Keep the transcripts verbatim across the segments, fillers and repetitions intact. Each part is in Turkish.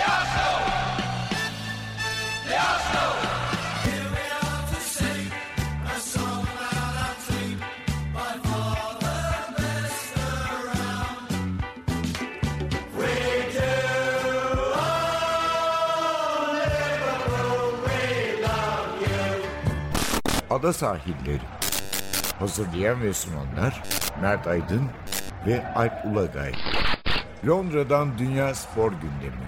Ada Sahilleri. Hazırlayan ve sunanlar Mert Aydın ve Alp Ulagay. Londra'dan Dünya Spor Gündemi.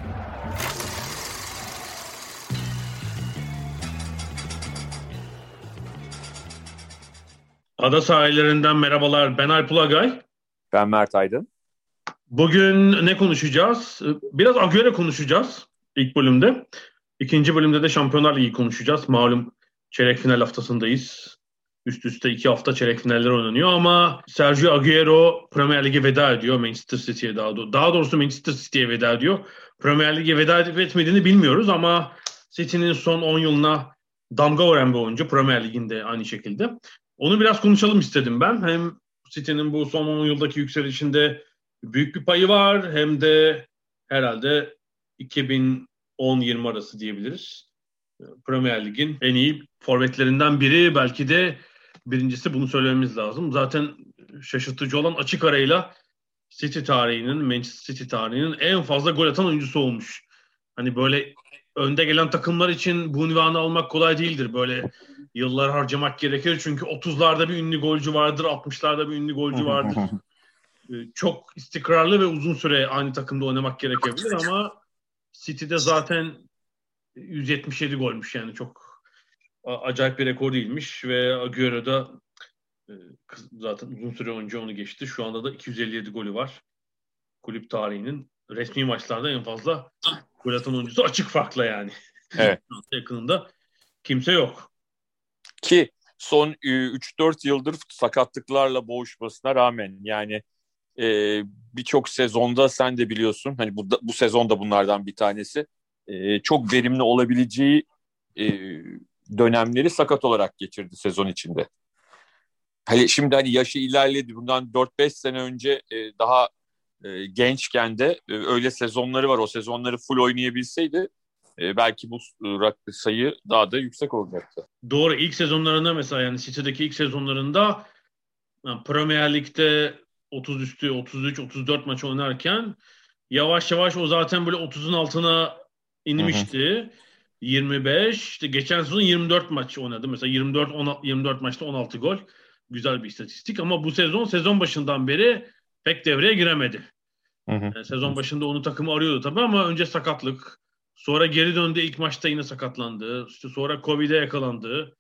Ada sahillerinden merhabalar. Ben Alp Ulagay. Ben Mert Aydın. Bugün ne konuşacağız? Biraz Agüero konuşacağız ilk bölümde. İkinci bölümde de Şampiyonlar Ligi konuşacağız. Malum çeyrek final haftasındayız. Üst üste iki hafta çeyrek finaller oynanıyor ama Sergio Agüero Premier Lig'e veda ediyor. Manchester City'ye daha, do- daha doğrusu Manchester City'ye veda ediyor. Premier Lig'e veda edip etmediğini bilmiyoruz ama City'nin son on yılına damga vuran bir oyuncu. Premier Lig'in de aynı şekilde. Onu biraz konuşalım istedim ben. Hem City'nin bu son on yıldaki yükselişinde büyük bir payı var. Hem de herhalde iki bin on yirmi arası diyebiliriz. Premier Lig'in en iyi forvetlerinden biri. Belki de birincisi, bunu söylememiz lazım. Zaten şaşırtıcı olan açık arayla City tarihinin, Manchester City tarihinin en fazla gol atan oyuncusu olmuş. Hani böyle önde gelen takımlar için bu unvanı almak kolay değildir. Böyle yıllar harcamak gerekir. Çünkü otuzlarda bir ünlü golcü vardır, altmışlarda bir ünlü golcü vardır. Çok istikrarlı ve uzun süre aynı takımda oynamak gerekebilir ama City'de zaten yüz yetmiş yedi golmüş, yani çok acayip bir rekor değilmiş ve Agüero da zaten uzun süre önce onu geçti. Şu anda da iki yüz elli yedi golü var. Kulüp tarihinin resmi maçlarda en fazla gol atan oyuncusu, açık farkla yani. Evet. Yakınında kimse yok. Ki son üç dört yıldır sakatlıklarla boğuşmasına rağmen, yani e, birçok sezonda sen de biliyorsun, hani bu, bu sezon da bunlardan bir tanesi, e, çok verimli olabileceği e, dönemleri sakat olarak geçirdi sezon içinde. Hani şimdi hani yaşı ilerledi. Bundan dört beş sene önce e, daha e, gençken de e, öyle sezonları var. O sezonları full oynayabilseydi e, belki bu e, sayı daha da yüksek olacaktı. Doğru. İlk sezonlarında mesela, yani City'deki ilk sezonlarında yani Premier Lig'de otuz üstü, otuz üç otuz dört maç oynarken yavaş yavaş o zaten böyle otuzun altına inmişti. Hı hı. yirmi beş, işte geçen sezon yirmi dört maç oynadı. Mesela yirmi dört on, yirmi dört maçta on altı gol. Güzel bir istatistik ama bu sezon sezon başından beri pek devreye giremedi. Hı hı. Yani sezon başında onu takımı arıyordu tabii ama önce sakatlık. Sonra geri döndü, ilk maçta yine sakatlandı. İşte sonra Covid'e yakalandı.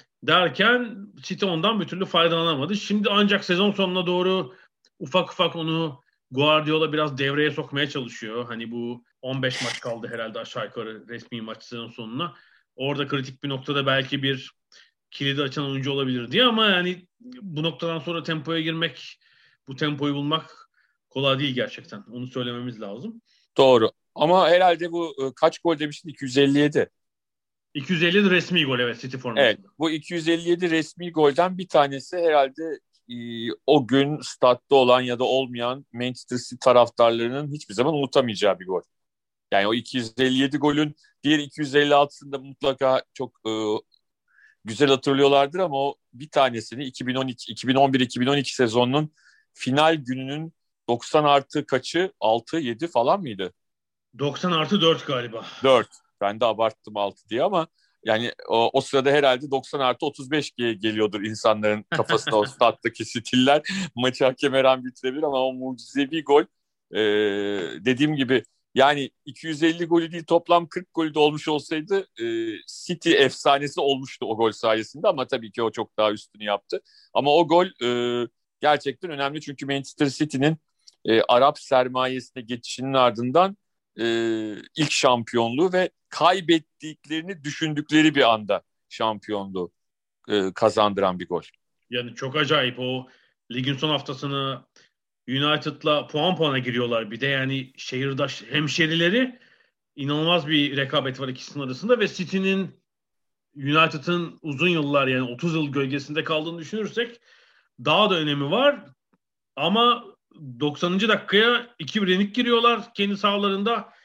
Derken City ondan bir türlü faydalanamadı. Şimdi ancak sezon sonuna doğru ufak ufak onu Guardiola biraz devreye sokmaya çalışıyor. Hani bu on beş maç kaldı herhalde aşağı yukarı resmi maç sezon sonuna. Orada kritik bir noktada belki bir kilidi açan oyuncu olabilir diye ama yani bu noktadan sonra tempoya girmek, bu tempoyu bulmak kolay değil gerçekten. Onu söylememiz lazım. Doğru. Ama herhalde bu kaç gol demiştin? iki yüz elli yedi. iki yüz elli yedi resmi gol, evet, City formasında. Evet, bu iki yüz elli yedi resmi golden bir tanesi herhalde e, o gün statta olan ya da olmayan Manchester City taraftarlarının hiçbir zaman unutamayacağı bir gol. Yani o iki yüz elli yedi golün diğer iki yüz elli altısında mutlaka çok e, güzel hatırlıyorlardır ama o bir tanesini iki bin on iki iki bin on bir iki bin on iki sezonunun final gününün doksan artı kaçı? altı yedi falan mıydı? doksan artı dört galiba. dört. Ben de abarttım altı diye ama yani o, o sırada herhalde doksan artı otuz beş geliyordur insanların kafasına o stat'taki stiller. Maçı hakem her an bitirebilir ama o mucizevi gol e, dediğim gibi yani iki yüz elli golü değil toplam kırk golü de olmuş olsaydı e, City efsanesi olmuştu o gol sayesinde ama tabii ki o çok daha üstünü yaptı. Ama o gol e, gerçekten önemli çünkü Manchester City'nin e, Arap sermayesine geçişinin ardından e, ilk şampiyonluğu ve kaybettiklerini düşündükleri bir anda şampiyonluğu e, kazandıran bir gol. Yani çok acayip, o ligin son haftasını United'la puan puana giriyorlar. Bir de yani şehirdaş hemşerileri, inanılmaz bir rekabet var ikisinin arasında ve City'nin United'ın uzun yıllar, yani otuz yıl gölgesinde kaldığını düşünürsek daha da önemi var. Ama doksanıncı dakikaya iki bir yenik giriyorlar kendi sahalarında.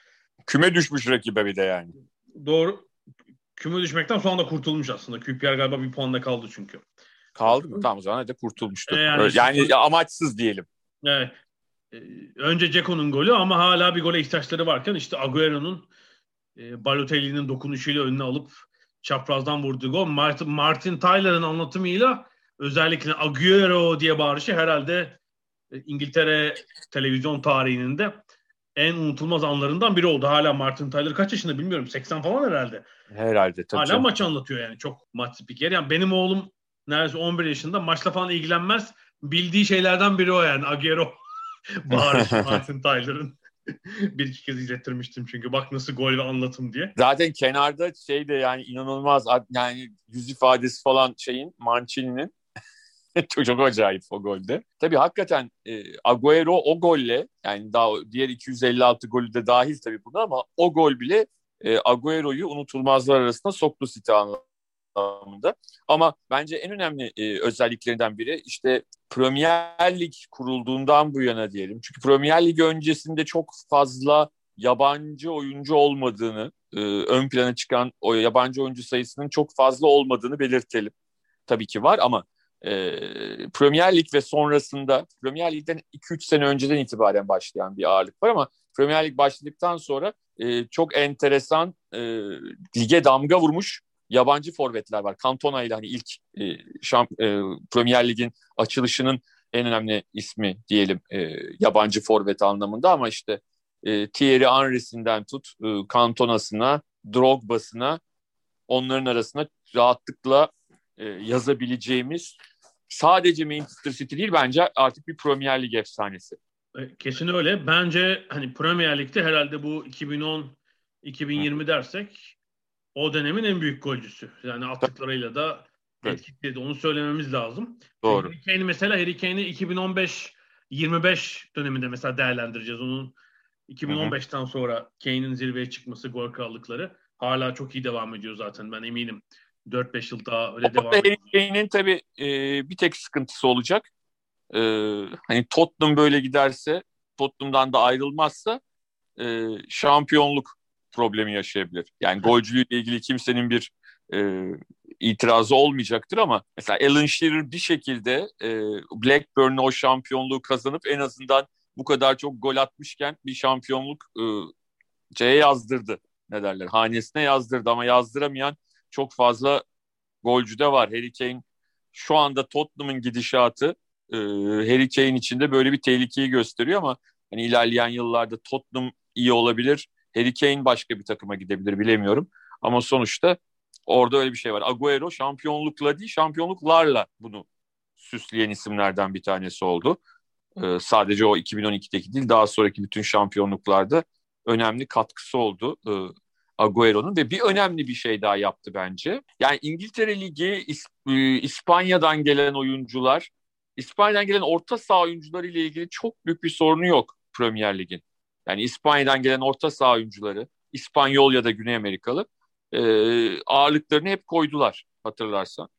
Küme düşmüş rakibe bir de yani. Doğru. Küme düşmekten sonra da kurtulmuş aslında. Q P R galiba bir puanda kaldı çünkü. Kaldı mı? Tamam, o zaman da kurtulmuştu. E yani yani, yani amaçsız diyelim. Evet. E, önce Ceko'nun golü ama hala bir gole ihtiyaçları varken işte Agüero'nun e, Balotelli'nin dokunuşuyla önüne alıp çaprazdan vurduğu gol. Martin, Martin Tyler'ın anlatımıyla özellikle Agüero diye bağırışı herhalde e, İngiltere televizyon tarihinin de en unutulmaz anlarından biri oldu. Hala Martin Tyler kaç yaşında bilmiyorum. seksen falan herhalde. Herhalde tabii. Hala canım. maç anlatıyor yani. Çok maç spiker. Yani benim oğlum neredeyse on bir yaşında. Maçla falan ilgilenmez. Bildiği şeylerden biri o yani. Agüero bağırışı Martin Tyler'ın. Bir iki kez izlettirmiştim çünkü. Bak nasıl gol ve anlatım diye. Zaten kenarda şey de yani inanılmaz yani yüz ifadesi falan şeyin Mancini'nin çok, çok acayip o golde. Tabii hakikaten e, Agüero o golle yani daha diğer iki yüz elli altı golü de dahil tabii buna ama o gol bile e, Agüero'yu unutulmazlar arasında soktu City anlamında. Ama bence en önemli e, özelliklerinden biri işte Premier Lig kurulduğundan bu yana diyelim. Çünkü Premier Lig öncesinde çok fazla yabancı oyuncu olmadığını, e, ön plana çıkan o yabancı oyuncu sayısının çok fazla olmadığını belirtelim. Tabii ki var ama e, Premier Lig ve sonrasında Premier Lig'den iki üç sene önceden itibaren başlayan bir ağırlık var ama Premier Lig başladıktan sonra e, çok enteresan e, lige damga vurmuş yabancı forvetler var. Cantona ile hani ilk e, şamp, e, Premier Lig'in açılışının en önemli ismi diyelim e, yabancı forvet anlamında ama işte e, Thierry Henry'sinden tut e, Cantona'sına, Drogba'sına onların arasına rahatlıkla e, yazabileceğimiz sadece Manchester City değil bence artık bir Premier Lig efsanesi. Kesin öyle. Bence hani Premier Lig'de herhalde bu iki bin on iki bin yirmi Hı. dersek o dönemin en büyük golcüsü. Yani attıklarıyla da etkiledi. Onu söylememiz lazım. Doğru. Harry Kane'i mesela Harry Kane'i iki bin on beş yirmi beş döneminde mesela değerlendireceğiz. Onun iki bin on beşten Hı-hı. sonra Kane'in zirveye çıkması, gol krallıkları hala çok iyi devam ediyor zaten ben eminim. dört beş yıl daha öyle o devam ediyor. Harry Kane'in tabii e, bir tek sıkıntısı olacak. E, hani Tottenham böyle giderse, Tottenham'dan da ayrılmazsa e, şampiyonluk problemi yaşayabilir. Yani golcülüğüyle ilgili kimsenin bir e, itirazı olmayacaktır ama mesela Alan Shearer bir şekilde e, Blackburn'la o şampiyonluğu kazanıp en azından bu kadar çok gol atmışken bir şampiyonluk e, şeye yazdırdı. Ne derler? Hanesine yazdırdı ama yazdıramayan çok fazla golcü de var. Harry Kane şu anda Tottenham'ın gidişatı e, Harry Kane için de böyle bir tehlikeyi gösteriyor ama hani ilerleyen yıllarda Tottenham iyi olabilir. Harry Kane başka bir takıma gidebilir bilemiyorum. Ama sonuçta orada öyle bir şey var. Agüero şampiyonlukla değil şampiyonluklarla bunu süsleyen isimlerden bir tanesi oldu. Ee, sadece o iki bin on ikideki değil daha sonraki bütün şampiyonluklarda önemli katkısı oldu e, Agüero'nun ve bir önemli bir şey daha yaptı bence. Yani İngiltere Ligi, İs- e, İspanya'dan gelen oyuncular, İspanya'dan gelen orta saha oyuncuları ile ilgili çok büyük bir sorunu yok Premier Lig'in. Yani İspanya'dan gelen orta saha oyuncuları, İspanyol ya da Güney Amerikalı e, ağırlıklarını hep koydular hatırlarsan.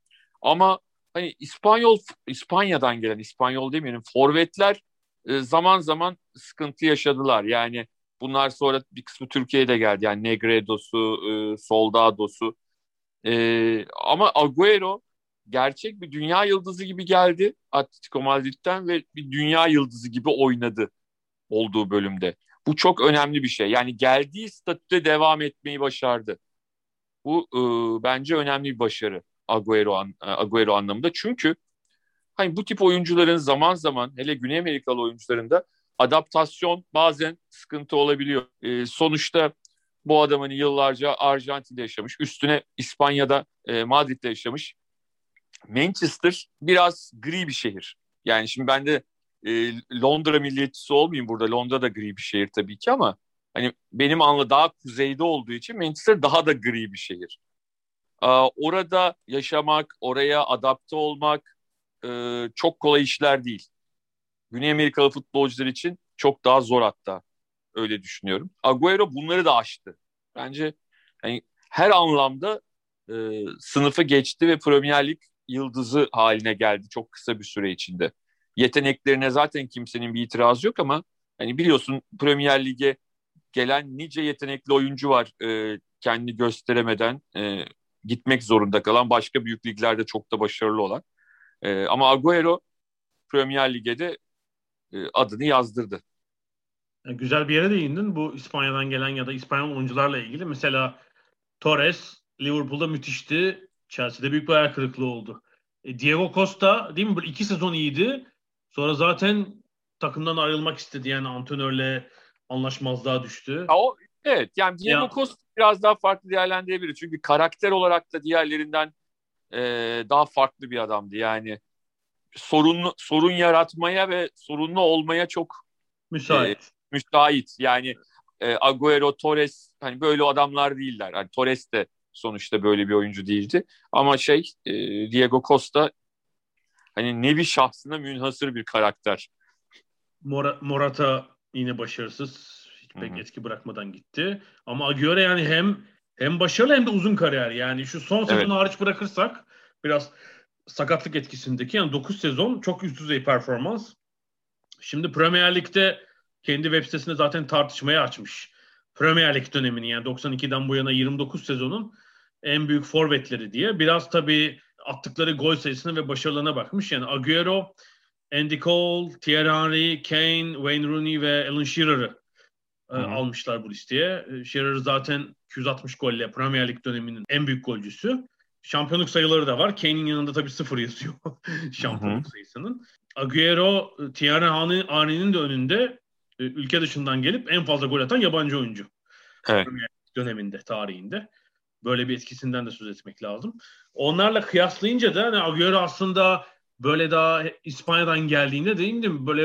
Ama hani İspanyol, İspanya'dan gelen İspanyol demeyelim, forvetler e, zaman zaman sıkıntı yaşadılar. Yani bunlar sonra bir kısmı Türkiye'de geldi. Yani Negredo'su, e, Soldado'su. E, ama Agüero gerçek bir dünya yıldızı gibi geldi Atletico Madrid'den ve bir dünya yıldızı gibi oynadı olduğu bölümde. Bu çok önemli bir şey. Yani geldiği statüde devam etmeyi başardı. Bu e, bence önemli bir başarı Agüero, an, Agüero anlamında. Çünkü hani bu tip oyuncuların zaman zaman hele Güney Amerikalı oyuncularında adaptasyon bazen sıkıntı olabiliyor. E, sonuçta bu adam hani yıllarca Arjantin'de yaşamış. Üstüne İspanya'da, e, Madrid'de yaşamış. Manchester biraz gri bir şehir. Yani şimdi ben de e, Londra milliyetçisi olmayayım burada. Londra da gri bir şehir tabii ki ama hani benim anla daha kuzeyde olduğu için Manchester daha da gri bir şehir. Ee, orada yaşamak, oraya adapte olmak e, çok kolay işler değil. Güney Amerikalı futbolcular için çok daha zor hatta. Öyle düşünüyorum. Agüero bunları da aştı. Bence yani her anlamda e, sınıfı geçti ve Premier Lig yıldızı haline geldi çok kısa bir süre içinde. Yeteneklerine zaten kimsenin bir itirazı yok ama hani biliyorsun Premier Lig'e gelen nice yetenekli oyuncu var e, kendini gösteremeden e, gitmek zorunda kalan, başka büyük liglerde çok da başarılı olan. E, ama Agüero Premier Lig'e de e, adını yazdırdı. Yani güzel bir yere değindin. Bu İspanya'dan gelen ya da İspanyol oyuncularla ilgili. Mesela Torres Liverpool'da müthişti. Chelsea'de büyük bir hayal kırıklığı oldu. E, Diego Costa değil mi? Bir iki sezon iyiydi. Sonra zaten takımdan ayrılmak istedi. Yani antrenörle anlaşmazlığa düştü. Ha, o, evet yani Diego Ya, Costa biraz daha farklı değerlendirebilir. Çünkü karakter olarak da diğerlerinden e, daha farklı bir adamdı. Yani sorun sorun yaratmaya ve sorunlu olmaya çok e, müsait. müsait. Yani e, Agüero, Torres hani böyle adamlar değiller. Yani Torres de sonuçta böyle bir oyuncu değildi. Ama şey e, Diego Costa hani nevi şahsına münhasır bir karakter. Mora, Morata yine başarısız. Hiç pek Hı hı. etki bırakmadan gitti. Ama Agüero yani hem hem başarılı hem de uzun kariyer. Yani şu son sezonu Evet. hariç bırakırsak biraz sakatlık etkisindeki yani dokuz sezon çok üst düzey performans. Şimdi Premier Lig'de kendi web sitesinde zaten tartışmaya açmış. Premier Lig dönemini yani doksan ikiden bu yana yirmi dokuz sezonun en büyük forvetleri diye. Biraz tabii attıkları gol sayısına ve başarılarına bakmış. Yani Agüero, Andy Cole, Thierry Henry, Kane, Wayne Rooney ve Alan Shearer'ı e, almışlar bu listeye. E, Shearer zaten iki yüz altmış golle Premier Lig döneminin en büyük golcüsü. Şampiyonluk sayıları da var. Kane'in yanında tabii sıfır yazıyor şampiyonluk sayısının. Agüero, Thierry Henry'nin de önünde e, ülke dışından gelip en fazla gol atan yabancı oyuncu. Evet. Premier Lig döneminde, tarihinde. Böyle bir etkisinden de söz etmek lazım. Onlarla kıyaslayınca da hani Agüero aslında böyle daha İspanya'dan geldiğinde değil mi? Böyle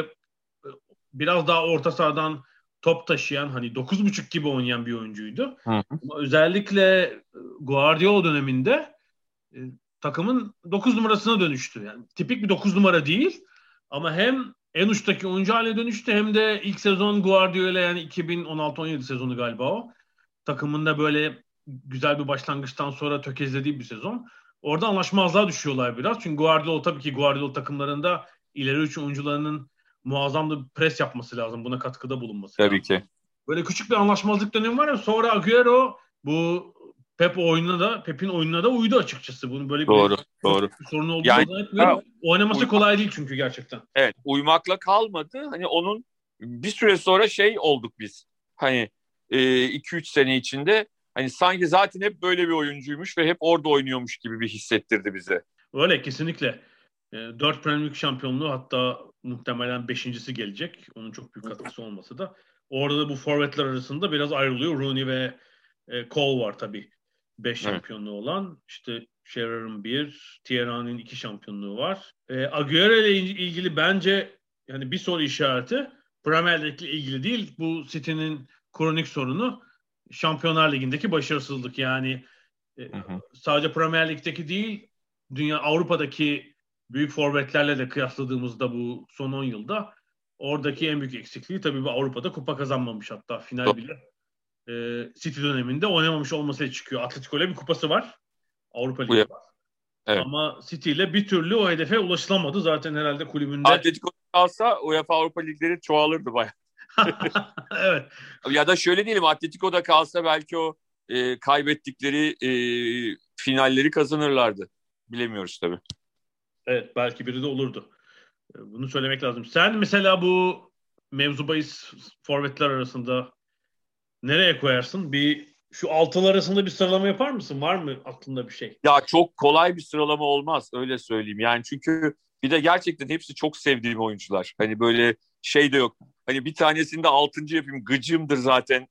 biraz daha orta sahadan top taşıyan hani dokuz buçuk gibi oynayan bir oyuncuydu. Hı hı. Ama özellikle Guardiola döneminde e, takımın dokuz numarasına dönüştü. Yani tipik bir dokuz numara değil ama hem en uçtaki oyuncu haline dönüştü hem de ilk sezon Guardiola yani iki bin on altı on yedi sezonu galiba o. Takımında böyle güzel bir başlangıçtan sonra tökezlediği bir sezon. Orada anlaşmazlığa düşüyorlar biraz. Çünkü Guardiola tabii ki Guardiola takımlarında ileri üç oyuncularının muazzam da pres yapması lazım. Buna katkıda bulunması Tabii lazım. ki. Böyle küçük bir anlaşmazlık dönemi var ya sonra Agüero bu Pep oyununa da Pep'in oyununa da uydu açıkçası. Bunun böyle Doğru, bir, doğru. bir sorun olduğunu Yani, zannetmiyorum. ha, Oynaması uymak, kolay değil çünkü gerçekten. evet, uymakla kalmadı. Hani onun bir süre sonra şey olduk biz. Hani iki üç sene içinde hani sanki zaten hep böyle bir oyuncuymuş ve hep orada oynuyormuş gibi bir hissettirdi bize. Öyle kesinlikle. E, dört Premier Lig şampiyonluğu hatta muhtemelen beşincisi gelecek. Onun çok büyük katkısı olmasa da. Orada da bu forvetler arasında biraz ayrılıyor. Rooney ve e, Cole var tabii. beş Evet. şampiyonluğu olan. İşte Shearer'ın bir, Thierry Henry'nin iki şampiyonluğu var. E, Agüero ile ilgili bence yani bir soru işareti Premier Lig'le ilgili değil. Bu City'nin kronik sorunu Şampiyonlar Ligi'ndeki başarısızlık. Yani e, Hı hı. sadece Premier Lig'deki değil dünya Avrupa'daki büyük forvetlerle de kıyasladığımızda bu son on yılda oradaki en büyük eksikliği tabii bu Avrupa'da kupa kazanmamış hatta final Doğru. bile e, City döneminde oynamamış olmasıyla çıkıyor. Atletico ile bir kupası var. Avrupa Ligi Evet. var. Evet. Ama City ile bir türlü o hedefe ulaşılamadı. Zaten herhalde kulübünde. Atletico kalsa UEFA Avrupa Ligleri çoğalırdı bayağı. Evet. Ya da şöyle diyelim, Atletico'da kalsa belki o e, kaybettikleri e, finalleri kazanırlardı. Bilemiyoruz tabii. Evet belki biri de olurdu. Bunu söylemek lazım. Sen mesela bu mevzu bahis forvetler arasında nereye koyarsın? Bir şu altılar arasında bir sıralama yapar mısın? Var mı aklında bir şey? Ya çok kolay bir sıralama olmaz, öyle söyleyeyim. Yani çünkü bir de gerçekten hepsi çok sevdiğim oyuncular. Hani böyle şey de yok. Hani bir tanesini de altıncı yapayım, gıcığımdır zaten.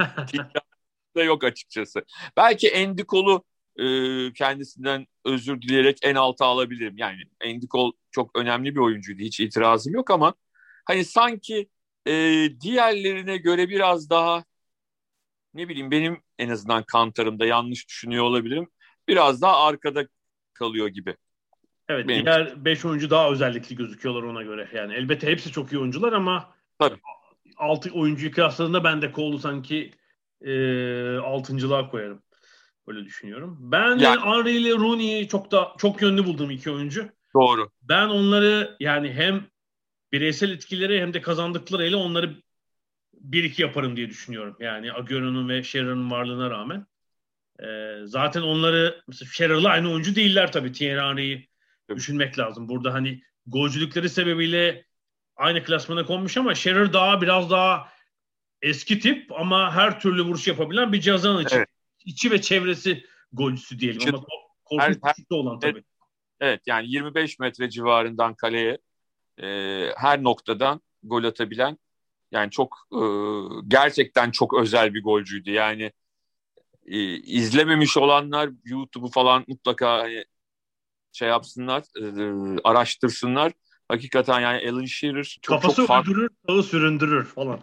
da yok açıkçası. Belki Andy Cole'u e, kendisinden özür dileyerek en alta alabilirim. Yani Andy Cole çok önemli bir oyuncuydu. Hiç itirazım yok ama hani sanki e, diğerlerine göre biraz daha, ne bileyim, benim en azından kantarımda yanlış düşünüyor olabilirim. Biraz daha arkada kalıyor gibi. Evet, Benim diğer beş oyuncu daha özellikli gözüküyorlar ona göre. Yani elbette hepsi çok iyi oyuncular ama tabii. altı oyuncuyu kıyasladığında ben de Cole'u sanki e, altıncılığa koyarım. Öyle düşünüyorum. Ben Yani Henry ile Rooney'i çok da çok yönlü bulduğum iki oyuncu. doğru. Ben onları yani hem bireysel etkileri hem de kazandıklarıyla onları bir iki yaparım diye düşünüyorum. Yani Agüero'nun ve Shearer'ın varlığına rağmen. Ee, zaten onları mesela Shearer'la aynı oyuncu değiller tabii. Thierry Henry'yi düşünmek lazım. Burada hani golcülükleri sebebiyle aynı klasmana konmuş ama Shearer daha biraz daha eski tip ama her türlü vuruş yapabilen bir cazan içi. Evet. İçi ve çevresi golcüsü diyelim Çıt, ama korkunç her, güçlü olan tabii. Evet, evet yani yirmi beş metre civarından kaleye e, her noktadan gol atabilen yani çok e, gerçekten çok özel bir golcüydü. Yani e, izlememiş olanlar YouTube'u falan mutlaka hani şey yapsınlar, e, araştırsınlar. Hakikaten yani Alan Shearer çok Kafası çok farklı. öldürür, sağı süründürür falan.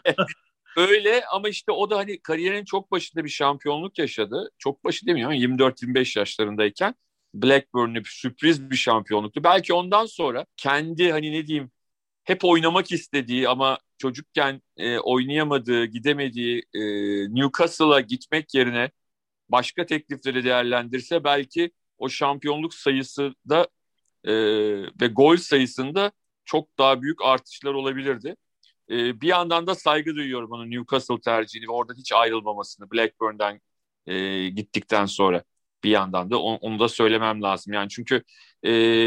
Öyle ama işte o da hani kariyerin çok başında bir şampiyonluk yaşadı. Çok başı demiyorum yirmi dört yirmi beş yaşlarındayken Blackburn'e bir sürpriz bir şampiyonluktu. Belki ondan sonra kendi hani ne diyeyim hep oynamak istediği ama çocukken e, oynayamadığı, gidemediği e, Newcastle'a gitmek yerine başka teklifleri değerlendirse belki o şampiyonluk sayısı da e, ve gol sayısında çok daha büyük artışlar olabilirdi. E, bir yandan da saygı duyuyorum onun Newcastle tercihini ve orada hiç ayrılmamasını Blackburn'dan e, gittikten sonra bir yandan da onu, onu da söylemem lazım. Yani çünkü e,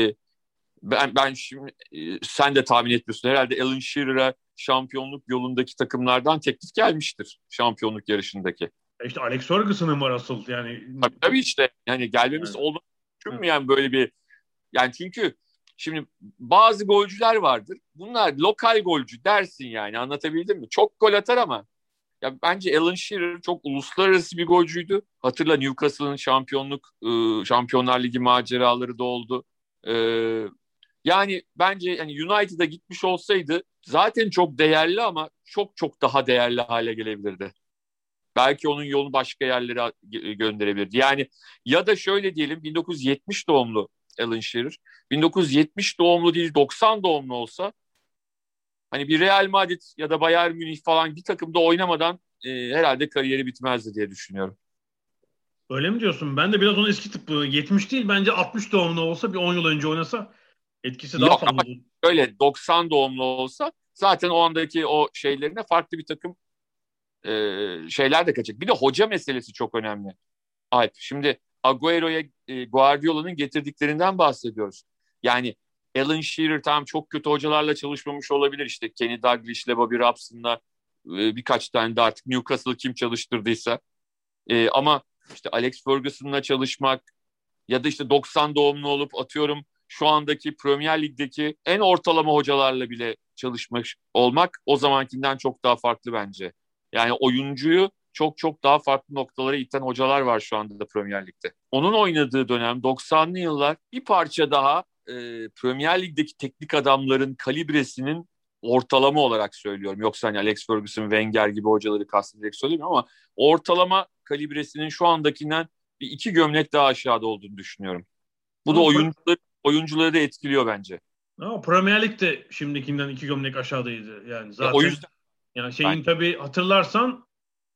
ben ben şimdi e, sen de tahmin etmiyorsun herhalde Alan Shearer'a şampiyonluk yolundaki takımlardan teklif gelmiştir şampiyonluk yarışındaki. İşte Alex Ferguson'ın var asıl yani. Tabii, tabii işte yani gelmemiz yani. Olmaz mümkün mü yani böyle bir yani çünkü şimdi bazı golcüler vardır. Bunlar lokal golcü dersin yani anlatabildim mi? Çok gol atar ama ya bence Alan Shearer çok uluslararası bir golcüydü. Hatırla Newcastle'ın şampiyonluk e, Şampiyonlar Ligi maceraları da oldu. E, yani bence yani United'a gitmiş olsaydı zaten çok değerli ama çok çok daha değerli hale gelebilirdi. Belki onun yolunu başka yerlere gönderebilirdi. Yani ya da şöyle diyelim bin dokuz yüz yetmiş doğumlu Alan Shearer. bin dokuz yüz yetmiş doğumlu değil doksan doğumlu olsa hani bir Real Madrid ya da Bayern Münih falan bir takımda oynamadan e, herhalde kariyeri bitmezdi diye düşünüyorum. Öyle mi diyorsun? Ben de biraz onun eski tıbbı. yetmiş değil bence altmış doğumlu olsa bir on yıl önce oynasa etkisi daha Yok fazla ama olur. öyle doksan doğumlu olsa zaten o andaki o şeylerine farklı bir takım e, şeyler de kaçacak. Bir de hoca meselesi çok önemli. Alp. Şimdi Agüero'ya e, Guardiola'nın getirdiklerinden bahsediyoruz. Yani Alan Shearer tamam çok kötü hocalarla çalışmamış olabilir. İşte Kenny Dalglish'le, Bobby Robson'la e, birkaç tane de artık Newcastle kim çalıştırdıysa. E, ama işte Alex Ferguson'la çalışmak ya da işte doksan doğumlu olup atıyorum şu andaki Premier Lig'deki en ortalama hocalarla bile çalışmış olmak o zamankinden çok daha farklı bence. Yani oyuncuyu çok çok daha farklı noktalara iten hocalar var şu anda da Premier Lig'de. Onun oynadığı dönem doksanlı yıllar bir parça daha e, Premier Lig'deki teknik adamların kalibresinin ortalama olarak söylüyorum. Yoksa hani Alex Ferguson, Wenger gibi hocaları kastederek söylemiyorum ama ortalama kalibresinin şu andakinden bir iki gömlek daha aşağıda olduğunu düşünüyorum. Bu da Ama, oyuncuları, oyuncuları da etkiliyor bence. ama Premier Lig de şimdikinden iki gömlek aşağıdaydı. Yani zaten Ya o yüzden yani şeyin ben... tabii hatırlarsan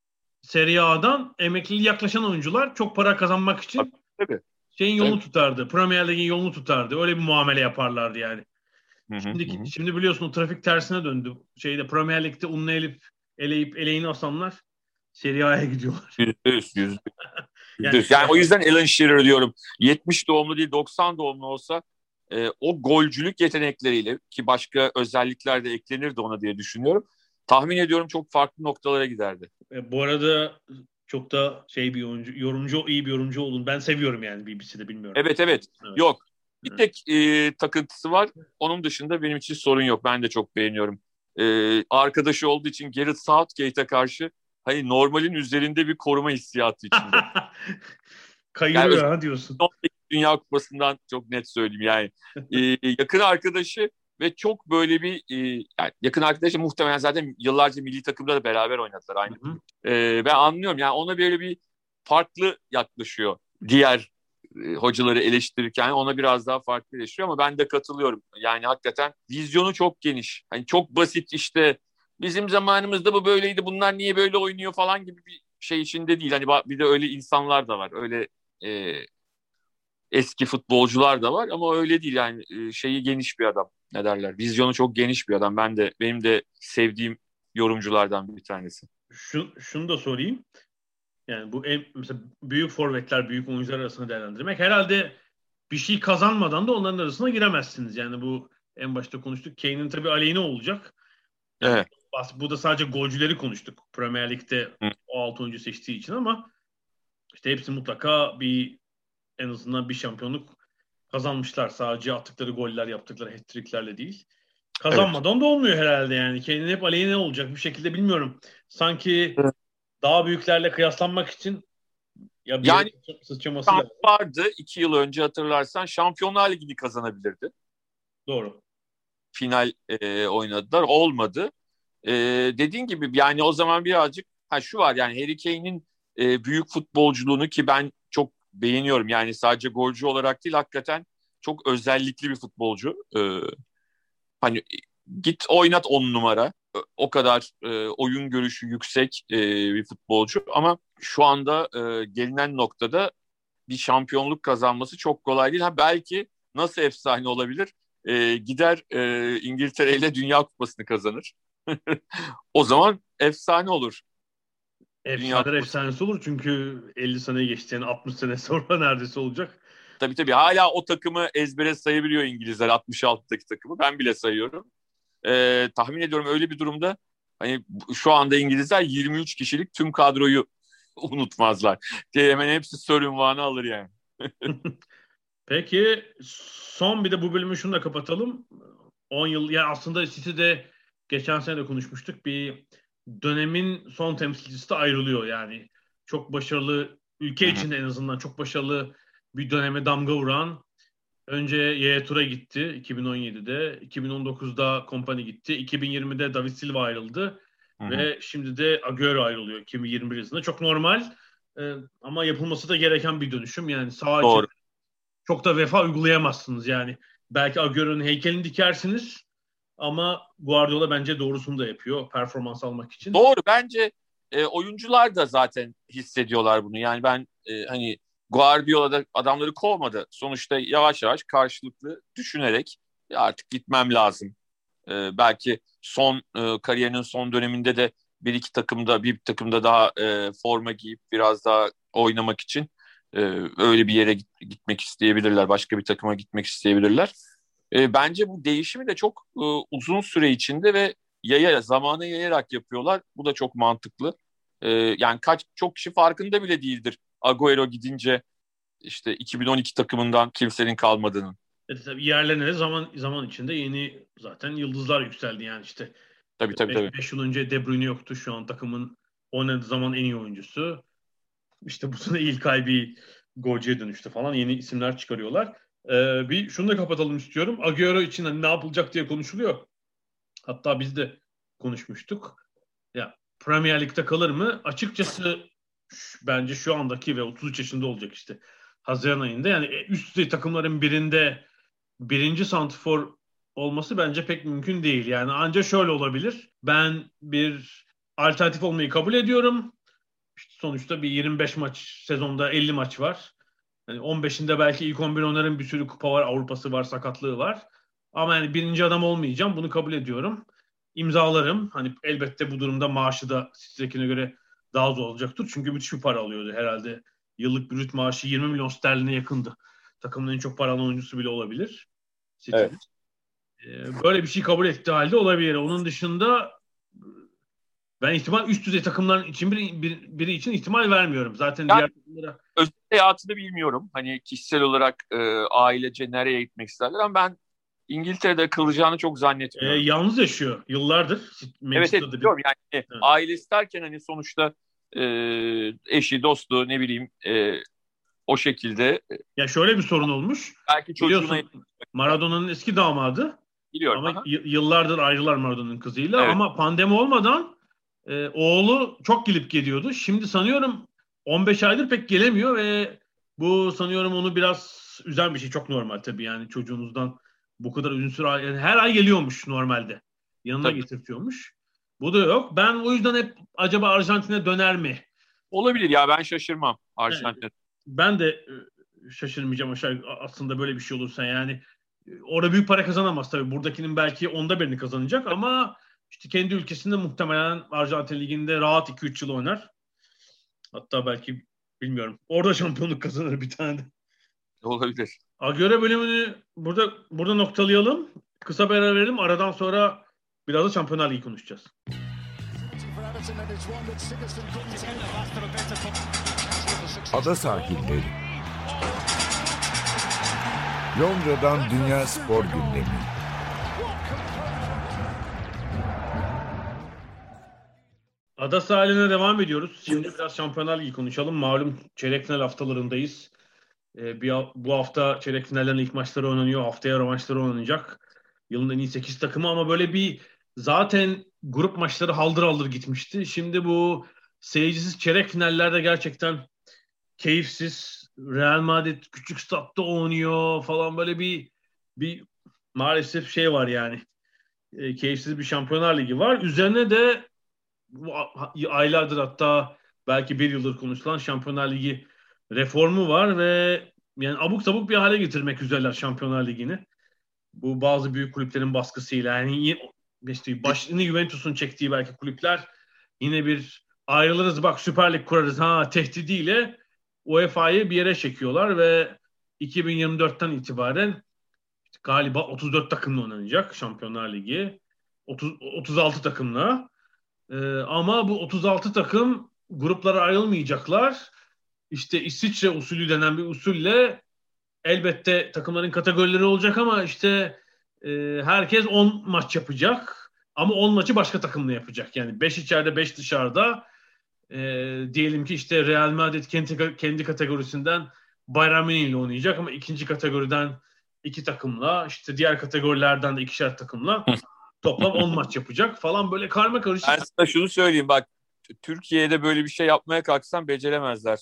Serie A'dan emekliliğe yaklaşan oyuncular çok para kazanmak için tabii, şeyin yolunu tabii. tutardı. Premier Lig'in yolunu tutardı. Öyle bir muamele yaparlardı yani. Hı hı, Şimdi, hı. şimdi biliyorsun o trafik tersine döndü. Şeyde Premier Lig'de unlu elip eleyip eleğini asanlar Serie A'ya gidiyorlar. Yüzde yüz, yüzde yani, yüz. Yani o yüzden Alan Shearer diyorum. yetmiş doğumlu değil doksan doğumlu olsa e, o golcülük yetenekleriyle ki başka özellikler de eklenirdi ona diye düşünüyorum. Tahmin ediyorum çok farklı noktalara giderdi. E, bu arada çok da şey bir oyuncu, yorumcu iyi bir yorumcu olun. Ben seviyorum yani B B C'de bilmiyorum. Evet evet. Evet. Yok. Bir tek e, takıntısı var. Onun dışında benim için sorun yok. Ben de çok beğeniyorum. E, arkadaşı olduğu için Gareth Southgate'e karşı hani normalin üzerinde bir koruma hissiyatı içinde. Kayırıyor Yani ha diyorsun. Dünya Kupası'ndan çok net söyleyeyim yani. E, yakın arkadaşı ve çok böyle bir e, yani yakın arkadaşı muhtemelen zaten yıllarca milli takımda da beraber oynadılar aynı. Hı hı. E, ben anlıyorum yani ona böyle bir farklı yaklaşıyor. Diğer e, hocaları eleştirirken ona biraz daha farklı eleştiriyor ama ben de katılıyorum. Yani hakikaten vizyonu çok geniş. Hani çok basit işte bizim zamanımızda bu böyleydi bunlar niye böyle oynuyor falan gibi bir şey içinde değil. Hani bir de öyle insanlar da var. Öyle e, eski futbolcular da var ama öyle değil yani şeyi geniş bir adam ne derler vizyonu çok geniş bir adam ben de benim de sevdiğim yorumculardan bir tanesi. Şu, şunu da sorayım. Yani bu en, mesela büyük forvetler, büyük oyuncular arasında değerlendirmek. Herhalde bir şey kazanmadan da onların arasına giremezsiniz. Yani bu en başta konuştuk. Kane'in tabii aleyhine olacak. Yani Evet. bu da sadece golcüleri konuştuk. Premier Lig'de Hı. o altı oyuncu seçtiği için ama işte hepsi mutlaka bir en azından bir şampiyonluk kazanmışlar. Sadece attıkları goller, yaptıkları hat-trick'lerle değil. Kazanmadan evet. da olmuyor herhalde yani. Kane'in hep aleyhine olacak bir şekilde bilmiyorum. Sanki evet. daha büyüklerle kıyaslanmak için ya bir yani sıçraması lazım. Vardı iki yıl önce hatırlarsan Şampiyonlar Ligi'ni kazanabilirdi. Doğru. Final e, oynadılar. Olmadı. E, dediğin gibi yani o zaman birazcık ha şu var yani Harry Kane'in e, büyük futbolculuğunu ki ben çok beğeniyorum. Yani sadece golcü olarak değil hakikaten çok özellikli bir futbolcu. E, hani git oynat on numara. O kadar e, oyun görüşü yüksek e, bir futbolcu ama şu anda e, gelinen noktada bir şampiyonluk kazanması çok kolay değil. Ha belki nasıl efsane olabilir? E, gider e, İngiltere ile Dünya Kupası'nı kazanır. O zaman efsane olur. Efsane efsanesi olur çünkü elli sene geçti yani altmış sene sonra neredeyse olacak. Tabii tabii hala o takımı ezbere sayabiliyor İngilizler altmış altıdaki takımı. Ben bile sayıyorum. Ee, tahmin ediyorum öyle bir durumda hani şu anda İngilizler yirmi üç kişilik tüm kadroyu unutmazlar. Ki hemen hepsi Sir unvanı alır yani. Peki son bir de bu bölümü şunu da kapatalım. on yıl ya aslında City'de geçen sene de konuşmuştuk. Bir dönemin son temsilcisi de ayrılıyor yani. Çok başarılı ülke Hı-hı. içinde en azından çok başarılı bir döneme damga vuran önce Yaya Toure gitti iki bin on yedide, iki bin on dokuzda Kompany gitti, iki bin yirmide David Silva ayrıldı Hı-hı. ve şimdi de Agüero ayrılıyor iki bin yirmi bir yılında. Çok normal e, ama yapılması da gereken bir dönüşüm yani sağ için çok da vefa uygulayamazsınız yani. Belki Agüero'nun heykelini dikersiniz ama Guardiola bence doğrusunu da yapıyor performans almak için. Doğru bence e, oyuncular da zaten hissediyorlar bunu. Yani ben e, hani Guardiola'da adamları kovmadı. Sonuçta yavaş yavaş karşılıklı düşünerek ya artık gitmem lazım. E, belki son e, kariyerinin son döneminde de bir iki takımda bir takımda daha e, forma giyip biraz daha oynamak için e, öyle bir yere git, gitmek isteyebilirler. Başka bir takıma gitmek isteyebilirler. E, bence bu değişimi de çok e, uzun süre içinde ve yaya, zamanı yayarak yapıyorlar. Bu da çok mantıklı. E, yani kaç çok kişi farkında bile değildir. Agüero gidince işte iki bin on iki takımından kimsenin kalmadığının. Evet, tabii yerlerine de zaman zaman içinde yeni zaten yıldızlar yükseldi yani işte. Tabii tabii tabii. beş yıl önce De Bruyne yoktu. Şu an takımın oynadığı zaman en iyi oyuncusu. İşte bu sene İlkay bir golcüye dönüştü falan. Yeni isimler çıkarıyorlar. Ee, bir şunu da kapatalım istiyorum. Agüero için hani ne yapılacak diye konuşuluyor. Hatta biz de konuşmuştuk. Ya Premier Lig'de kalır mı? Açıkçası bence şu andaki ve otuz üç yaşında olacak işte. Haziran ayında yani üst düzey takımların birinde birinci santrfor olması bence pek mümkün değil. Yani ancak şöyle olabilir. Ben bir alternatif olmayı kabul ediyorum. İşte sonuçta bir yirmi beş maç sezonda elli maç var. Yani on beşinde belki ilk on bir onların bir sürü kupa var, Avrupa'sı var, sakatlığı var. Ama yani birinci adam olmayacağım. Bunu kabul ediyorum. İmzalarım. Hani elbette bu durumda maaşı da City'dekine göre daha zor olacaktır. Çünkü müthiş bir para alıyordu herhalde. Yıllık brüt maaşı yirmi milyon sterline yakındı. Takımın en çok paralı oyuncusu bile olabilir. City. Evet. Ee, böyle bir şey kabul ettiği halde olabilir. Onun dışında ben ihtimal üst düzey takımların için biri, bir, biri için ihtimal vermiyorum. Zaten yani, diğer takımlara... Özel hayatını bilmiyorum. Hani kişisel olarak e, ailece nereye gitmek isterler ama ben İngiltere'de kalacağını çok zannetmiyorum. E, yalnız yaşıyor yıllardır. Evet evet biliyorum yani evet. Ailesi derken hani sonuçta e, eşi, dostu ne bileyim e, o şekilde. Ya şöyle bir sorun olmuş. Belki çocuğuna... Maradona'nın eski damadı. Biliyorum. Ama y- yıllardır ayrılar Maradona'nın kızıyla evet. Ama pandemi olmadan e, oğlu çok gelip geliyordu. Şimdi sanıyorum on beş aydır pek gelemiyor ve bu sanıyorum onu biraz üzen bir şey. Çok normal tabii yani çocuğunuzdan bu kadar uzun süre yani her ay geliyormuş normalde. Yanına tabii. Getirtiyormuş. Bu da yok. Ben o yüzden hep acaba Arjantin'e döner mi? Olabilir ya ben şaşırmam Arjantin'e. Yani, ben de şaşırmayacağım aşağı aslında böyle bir şey olursa yani orada büyük para kazanamaz tabii. Buradakinin belki onda birini kazanacak ama İşte kendi ülkesinde muhtemelen Arjantin Ligi'nde rahat iki üç yıl oynar. Hatta belki bilmiyorum. Orada şampiyonluk kazanır bir tane de. Olabilir. Agüero bölümünü burada burada noktalayalım. Kısa bir ara verelim. Aradan sonra biraz da Şampiyonlar Ligi konuşacağız. Ada sahilleri. Londra'dan Dünya Spor Gündemi. Ada sahiline devam ediyoruz. Şimdi biraz Şampiyonlar Ligi konuşalım. Malum çeyrek final haftalarındayız. Ee, bir, bu hafta çeyrek finallerin ilk maçları oynanıyor. Haftaya rövanşları oynanacak. Yılın en iyi sekiz takımı ama böyle bir zaten grup maçları haldır haldır gitmişti. Şimdi bu seyircisiz çeyrek finallerde gerçekten keyifsiz. Real Madrid küçük statta oynuyor falan böyle bir bir maalesef şey var yani. E, keyifsiz bir Şampiyonlar Ligi var. Üzerine de bu aylardır hatta belki bir yıldır konuşulan Şampiyonlar Ligi reformu var ve yani abuk sabuk bir hale getirmek üzereler Şampiyonlar Ligi'ni. Bu bazı büyük kulüplerin baskısıyla yani işte başını Juventus'un çektiği belki kulüpler yine bir ayrılırız bak Süper Lig kurarız ha tehdidiyle U E F A'yı bir yere çekiyorlar ve iki bin yirmi dörtten itibaren işte galiba otuz dört takımla oynanacak Şampiyonlar Ligi. otuz, otuz altı takımla. Ee, ama bu otuz altı takım gruplara ayrılmayacaklar. İşte İsviçre usulü denen bir usulle elbette takımların kategorileri olacak ama işte e, herkes on maç yapacak. Ama on maçı başka takımla yapacak. Yani beş içeride beş dışarıda. E, diyelim ki işte Real Madrid kendi, kendi kategorisinden Bayern Münih ile oynayacak ama ikinci kategoriden iki takımla işte diğer kategorilerden de ikişer takımla toplam on maç yapacak falan böyle karma karışık. Ben sana şunu söyleyeyim bak Türkiye'de böyle bir şey yapmaya kalksan beceremezler.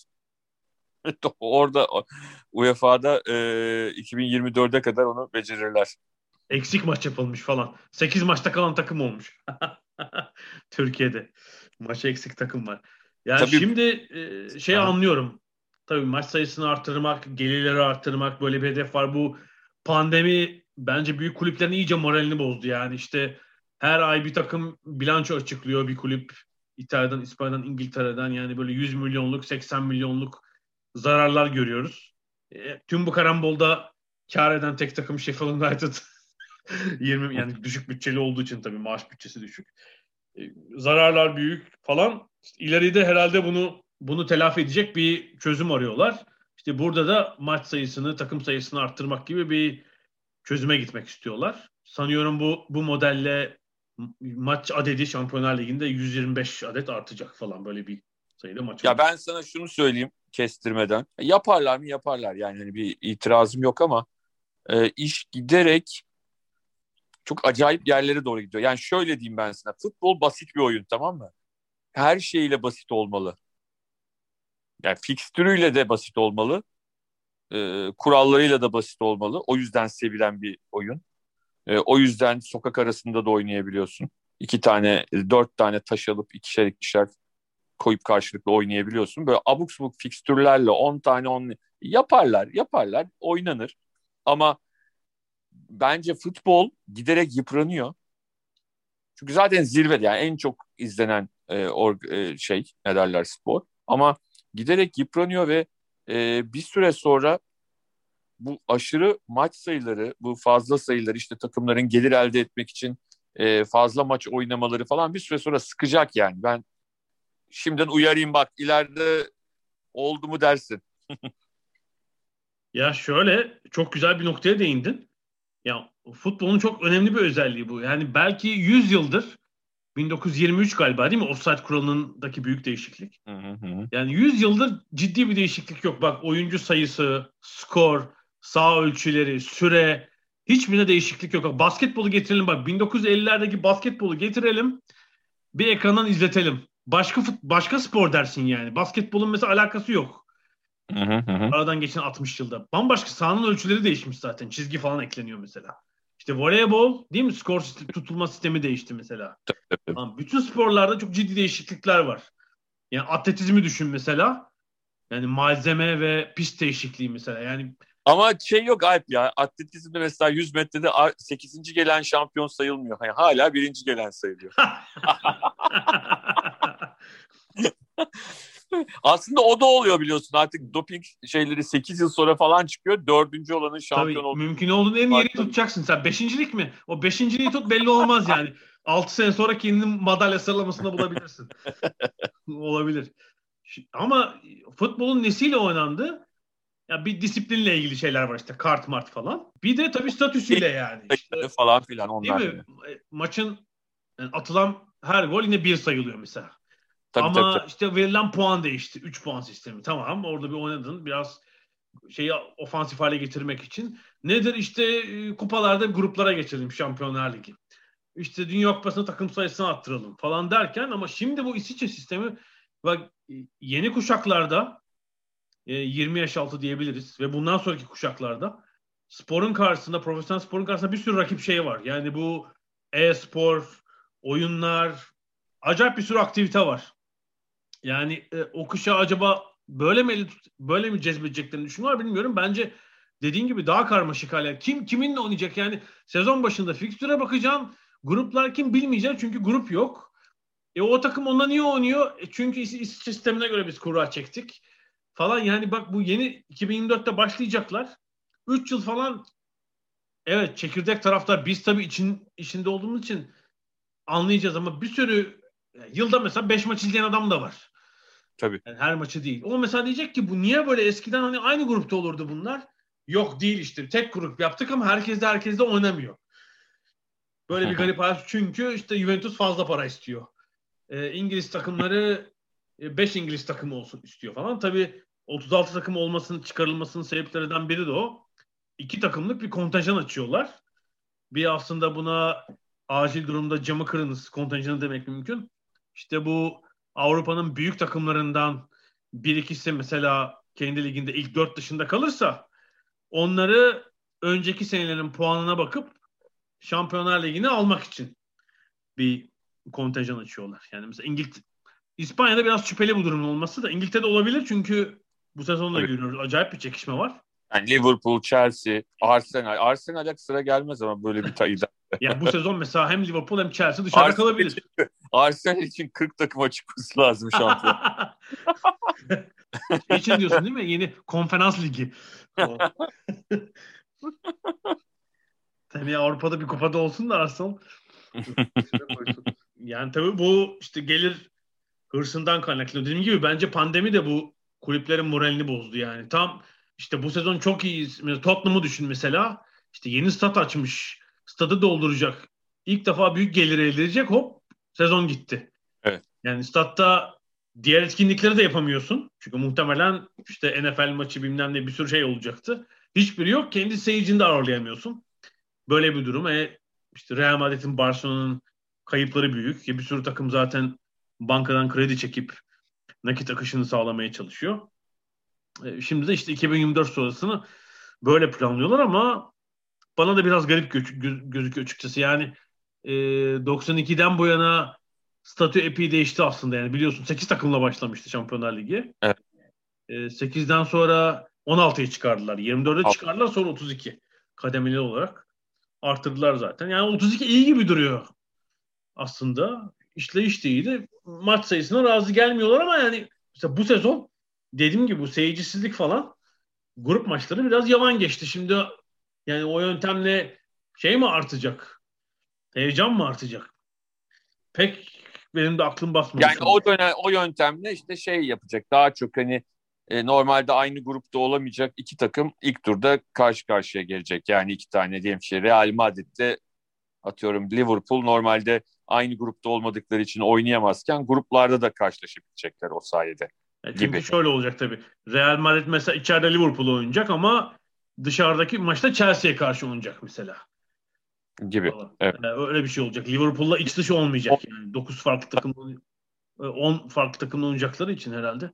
Orada U E F A'da e, iki bin yirmi dörde kadar onu becerirler. Eksik maç yapılmış falan. sekiz maçta kalan takım olmuş. Türkiye'de. Maça eksik takım var. Yani Tabii, şimdi e, şey ha. anlıyorum. Tabii maç sayısını arttırmak, gelirleri arttırmak böyle bir hedef var. Bu pandemi bence büyük kulüplerin iyice moralini bozdu. Yani işte her ay bir takım bilanço açıklıyor bir kulüp. İtalya'dan, İspanya'dan, İngiltere'den yani böyle yüz milyonluk, seksen milyonluk zararlar görüyoruz. E, tüm bu karambolda kar eden tek takım Sheffield United. yirmi yani düşük bütçeli olduğu için tabii maaş bütçesi düşük. E, zararlar büyük falan. İşte ileride herhalde bunu bunu telafi edecek bir çözüm arıyorlar. İşte burada da maç sayısını, takım sayısını arttırmak gibi bir çözüme gitmek istiyorlar. Sanıyorum bu bu modelle maç adedi Şampiyonlar Ligi'nde yüz yirmi beş adet artacak falan böyle bir sayıda maç. Ya ben sana şunu söyleyeyim kestirmeden. Yaparlar mı? Yaparlar. Yani hani bir itirazım yok ama e, iş giderek çok acayip yerlere doğru gidiyor. Yani şöyle diyeyim ben sana. Futbol basit bir oyun, tamam mı? Her şeyle basit olmalı. Yani fikstürüyle de basit olmalı. E, kurallarıyla da basit olmalı. O yüzden sevilen bir oyun. E, o yüzden sokak arasında da oynayabiliyorsun. İki tane, dört tane taş alıp ikişer ikişer koyup karşılıklı oynayabiliyorsun. Böyle abuk subuk fikstürlerle on tane on yaparlar, yaparlar, oynanır. Ama bence futbol giderek yıpranıyor. Çünkü zaten zirvede yani en çok izlenen e, or, e, şey ne derler spor. Ama giderek yıpranıyor ve e, bir süre sonra bu aşırı maç sayıları, bu fazla sayıları işte takımların gelir elde etmek için e, fazla maç oynamaları falan bir süre sonra sıkacak yani. Ben şimdiden uyarayım bak ileride oldu mu dersin. Ya şöyle çok güzel bir noktaya değindin. Ya futbolun çok önemli bir özelliği bu. Yani belki yüz yıldır bin dokuz yüz yirmi üç galiba değil mi? Offside kuralındaki büyük değişiklik. Hı hı. Yani yüz yıldır ciddi bir değişiklik yok. Bak oyuncu sayısı, skor, sağ ölçüleri, süre hiçbirine değişiklik yok. Basketbolu getirelim bak bin dokuz yüz ellilerdeki basketbolu getirelim. Bir ekrandan izletelim. Başka fut, başka spor dersin yani. Basketbolun mesela alakası yok. Hı hı hı. Aradan geçen altmış yılda. Bambaşka sahanın ölçüleri değişmiş zaten. Çizgi falan ekleniyor mesela. İşte voleybol değil mi? Skor sistemi, tutulma sistemi değişti mesela. Tabii, tabii. Ama bütün sporlarda çok ciddi değişiklikler var. Yani atletizmi düşün mesela. Yani malzeme ve pist değişikliği mesela. Yani Ama şey yok Alp ya. Atletizmde mesela yüz metrede sekizinci gelen şampiyon sayılmıyor. Yani hala birinci gelen sayılıyor. Aslında o da oluyor biliyorsun. Artık doping şeyleri sekiz yıl sonra falan çıkıyor. Dördüncü olanın şampiyon Tabii, olduğu. mümkün olduğunu en yeri tutacaksın. Sen beşincilik mi? O beşinciliği tut, belli olmaz yani. Altı sene sonra kendini madalya sıralamasında bulabilirsin. Olabilir. Ama futbolun nesiyle oynandı? Ya bir disiplinle ilgili şeyler var işte, kart mart falan. Bir de tabii statüsüyle yani. İşte, falan filan onlar. değil mi? Maçın yani atılan her gol yine bir sayılıyor mesela. Tabii, ama tabii, tabii. işte verilen puan değişti. üç puan sistemi. Tamam, orada bir oynadın. Biraz şeyi ofansif hale getirmek için. Nedir işte, kupalarda gruplara geçelim, Şampiyonlar Ligi. İşte Dünya Kupası'na takım sayısını arttıralım falan derken, ama şimdi bu İsviçre sistemi ve yeni kuşaklarda yirmi yaş altı diyebiliriz ve bundan sonraki kuşaklarda sporun karşısında, profesyonel sporun karşısında bir sürü rakip şey var. Yani bu e-spor, oyunlar, acayip bir sürü aktivite var. Yani e, o kuşağı acaba böyle mi böyle mi cezbedeceklerini düşünüyorlar, bilmiyorum. Bence dediğin gibi daha karmaşık hale. Kim kiminle oynayacak? Yani sezon başında fikstüre bakacaksın. Gruplar kim bilmeyeceksin çünkü grup yok. E o takım onunla niye oynuyor? E çünkü İsviçre sistemine göre biz kura çektik falan. Yani bak, bu yeni iki bin yirmi dörtte başlayacaklar. üç yıl falan, evet, çekirdek taraftar, biz tabii için içinde olduğumuz için anlayacağız ama bir sürü yani yılda mesela beş maç izleyen adam da var. Tabii. Yani her maçı değil. O mesela diyecek ki, bu niye böyle, eskiden hani aynı grupta olurdu bunlar. Yok, değil işte. Tek grup yaptık ama herkes de herkes de oynamıyor. Böyle bir garip hayat. Çünkü işte Juventus fazla para istiyor. Ee, İngiliz takımları beş İngiliz takımı olsun istiyor falan. Tabii otuz altı takım olmasının, çıkarılmasının sebeplerinden biri de o. İki takımlık bir kontenjan açıyorlar. Bir aslında buna acil durumda camı kırınız kontenjanı demek mümkün. İşte bu Avrupa'nın büyük takımlarından bir ikisi mesela kendi liginde ilk dört dışında kalırsa, onları önceki senelerin puanına bakıp Şampiyonlar Ligi'ni almak için bir kontenjan açıyorlar. Yani mesela İngiltere, İspanya'da biraz şüpheli bu durumun olması da, İngiltere'de olabilir çünkü bu sezonda görüyoruz. Acayip bir çekişme var. Yani Liverpool, Chelsea, Arsenal. Arsenal'e sıra gelmez ama böyle bir tayıda. Yani bu sezon mesela hem Liverpool hem Chelsea dışarıda Arsenal kalabilir. Için, Arsenal için kırk takıma çıkması lazım şampiyon. için diyorsun değil mi? Yeni konferans ligi. Tabii Avrupa'da bir kupada olsun da Arsenal. Yani tabii bu işte gelir hırsından kaynaklı. Dediğim gibi bence pandemi de bu kulüplerin moralini bozdu yani. Tam işte bu sezon çok iyiyiz. Mesela Tottenham'ı düşün mesela. İşte yeni stat açmış. Stadı dolduracak. İlk defa büyük gelir elde edecek. Hop, sezon gitti. Evet. Yani statta diğer etkinlikleri de yapamıyorsun. Çünkü muhtemelen işte N F L maçı bilmem ne bir sürü şey olacaktı. Hiçbiri yok. Kendi seyircini de ağırlayamıyorsun. Böyle bir durum. E, işte Real Madrid'in, Barcelona'nın kayıpları büyük. Ya bir sürü takım zaten bankadan kredi çekip nakit akışını sağlamaya çalışıyor. E, şimdi de işte iki bin yirmi dört sonrasını böyle planlıyorlar ama bana da biraz garip gö- gö- gözüküyor açıkçası. Yani e, doksan ikiden bu yana statü epey değişti aslında. Yani biliyorsun sekiz takımla başlamıştı Şampiyonlar Ligi. Evet. E, sekizden sonra on altıya çıkardılar. yirmi dörde çıkardılar, sonra otuz iki kademeli olarak arttırdılar zaten. Yani otuz iki iyi gibi duruyor aslında. İşleyiş de iyiydi. Maç sayısına razı gelmiyorlar ama yani mesela bu sezon dediğim gibi bu seyircisizlik falan, grup maçları biraz yavan geçti. Şimdi yani o yöntemle şey mi artacak? Heyecan mı artacak? Pek benim de aklım basmadı. Yani o dönem o yöntemle işte şey yapacak. Daha çok hani e, normalde aynı grupta olamayacak iki takım ilk turda karşı karşıya gelecek. Yani iki tane diyelim şey Real Madrid'de atıyorum Liverpool normalde aynı grupta olmadıkları için oynayamazken gruplarda da karşılaşabilecekler o sayede. Yani çünkü gibi. şöyle olacak tabii. Real Madrid mesela içeride Liverpool oynayacak ama dışarıdaki maçta Chelsea'ye karşı oynayacak mesela. Gibi. Evet. Yani öyle bir şey olacak. Liverpool'la iç dışı olmayacak yani. dokuz farklı takım, on farklı takımla oynayacakları için herhalde.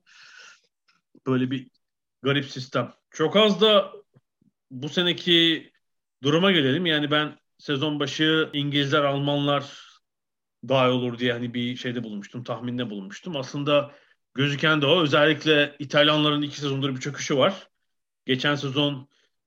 Böyle bir garip sistem. Çok az da bu seneki duruma gelelim. Yani ben sezon başı İngilizler, Almanlar daha iyi olur diye hani bir şeyde bulunmuştum, tahminde bulunmuştum. Aslında gözüken de o. Özellikle İtalyanların iki sezondur bir çöküşü var. Geçen sezon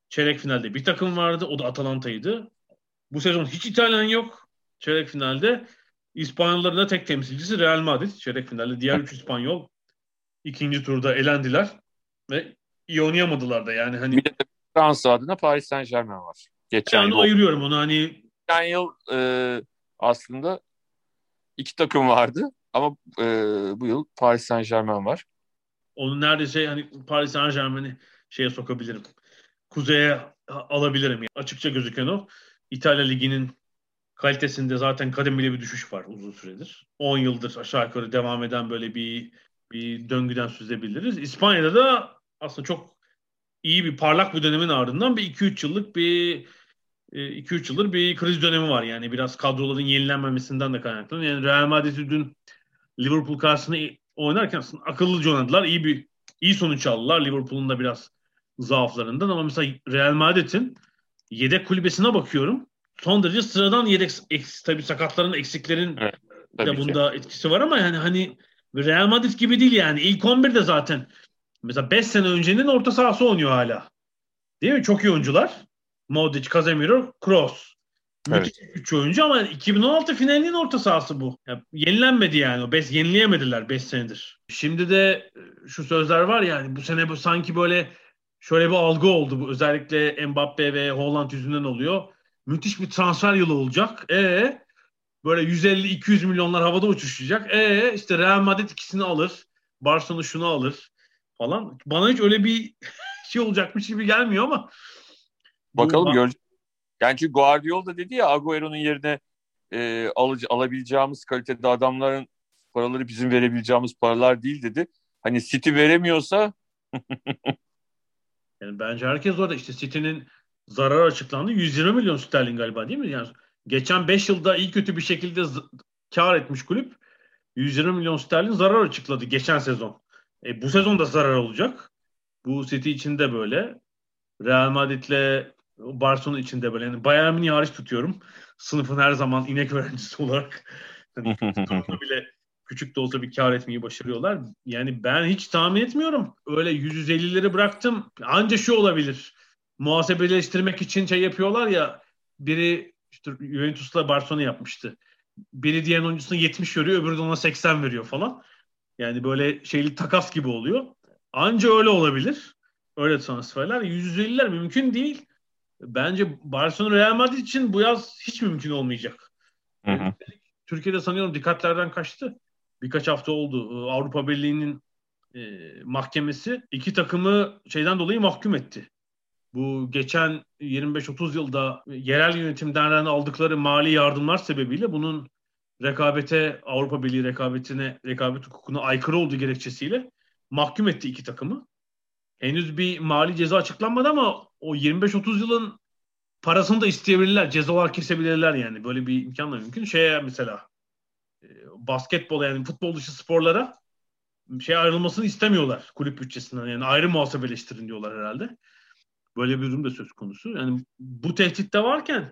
Çeyrek finalde bir takım vardı. O da Atalanta'ydı. Bu sezon hiç İtalyan yok. Çeyrek finalde İspanyolların da tek temsilcisi Real Madrid. Çeyrek finalde diğer üç İspanyol ikinci turda elendiler ve iyi oynayamadılar da yani hani Bir de Fransa adına Paris Saint-Germain var. Geçen yani yıl, ayırıyorum onu hani geçen yıl e, aslında iki takım vardı ama e, bu yıl Paris Saint-Germain var. onu neredeyse hani Paris Saint-Germain'i şeye sokabilirim. Kuzeye alabilirim. Yani. Açıkça gözüken o. İtalya Ligi'nin kalitesinde zaten kademeli bir düşüş var uzun süredir. on yıldır aşağı yukarı devam eden böyle bir bir döngüden söz edebiliriz. İspanya'da da aslında çok iyi bir parlak bir dönemin ardından bir iki üç yıllık bir iki üç yıldır bir kriz dönemi var. Yani biraz kadroların yenilenmemesinden de kaynaklı. Yani Real Madrid dün Liverpool karşısında oynarken aslında akıllıca oynadılar. İyi bir iyi sonuç aldılar. Liverpool'un da biraz zaaflarından ama mesela Real Madrid'in yedek kulübesine bakıyorum. Son derece sıradan yedek eks, tabii sakatların eksiklerin Evet, de tabii ki. bunda etkisi var ama yani hani Real Madrid gibi değil yani. İlk on birde zaten mesela beş sene öncenin orta sahası oynuyor hala. Değil mi? Çok iyi oyuncular. Modric, Casemiro, Kroos. Müthiş Evet. üç oyuncu ama iki bin on altı finalinin orta sahası bu. Ya, yenilenmedi yani. O beş yenileyemediler beş senedir. Şimdi de şu sözler var yani bu sene bu sanki böyle şöyle bir algı oldu bu. Özellikle Mbappe ve Haaland yüzünden oluyor. Müthiş bir transfer yılı olacak. E böyle yüz elli iki yüz milyonlar havada uçuşacak. E işte Real Madrid ikisini alır. Barcelona şunu alır falan. Bana hiç öyle bir şey olacakmış gibi gelmiyor ama bu Bakalım göreceğiz. Yani çünkü Guardiola da dedi ya Agüero'nun yerine e, alıcı, alabileceğimiz kalitede adamların paraları bizim verebileceğimiz paralar değil dedi. Hani City veremiyorsa yani bence herkes orada işte City'nin zararı açıklandı. yüz yirmi milyon sterlin galiba değil mi? Yani geçen beş yılda iyi kötü bir şekilde z- kar etmiş kulüp yüz yirmi milyon sterlin zarar açıkladı geçen sezon. E, bu sezon da zarar olacak. Bu City için de böyle. Real Madrid'le Barcelona için de böyle. Yani Bayern Münih'i hariç tutuyorum. Sınıfın her zaman inek öğrencisi olarak. Hani sezonda bile küçük de olsa bir kar etmeyi başarıyorlar. Yani ben hiç tahmin etmiyorum. Öyle yüz ellileri bıraktım. Anca şu olabilir. Muhasebeleştirmek için şey yapıyorlar ya. Biri işte Juventus'la Barcelona yapmıştı. Biri diğer oyuncusuna yetmiş veriyor, öbürü de ona seksen veriyor falan. Yani böyle şeyli takas gibi oluyor. Anca öyle olabilir. Öyle transferler. yüz elliler mümkün değil. Bence Barcelona Real Madrid için bu yaz hiç mümkün olmayacak. Yani Türkiye'de sanıyorum dikkatlerden kaçtı. Birkaç hafta oldu. Avrupa Birliği'nin e, mahkemesi iki takımı şeyden dolayı mahkum etti. Bu geçen yirmi beş otuz yılda yerel yönetimden aldıkları mali yardımlar sebebiyle bunun rekabete, Avrupa Birliği rekabetine, rekabet hukukuna aykırı olduğu gerekçesiyle mahkum etti iki takımı. Henüz bir mali ceza açıklanmadı ama o yirmi beş otuz yılın parasını da isteyebilirler. Cezalar kesebilirler yani. Böyle bir imkan da mümkün. Şeye mesela e, basketbol yani futbol dışı sporlara şey ayrılmasını istemiyorlar kulüp bütçesinden. Yani ayrı muhasebeleştirin diyorlar herhalde. Böyle bir durum da söz konusu. Yani bu tehdit de varken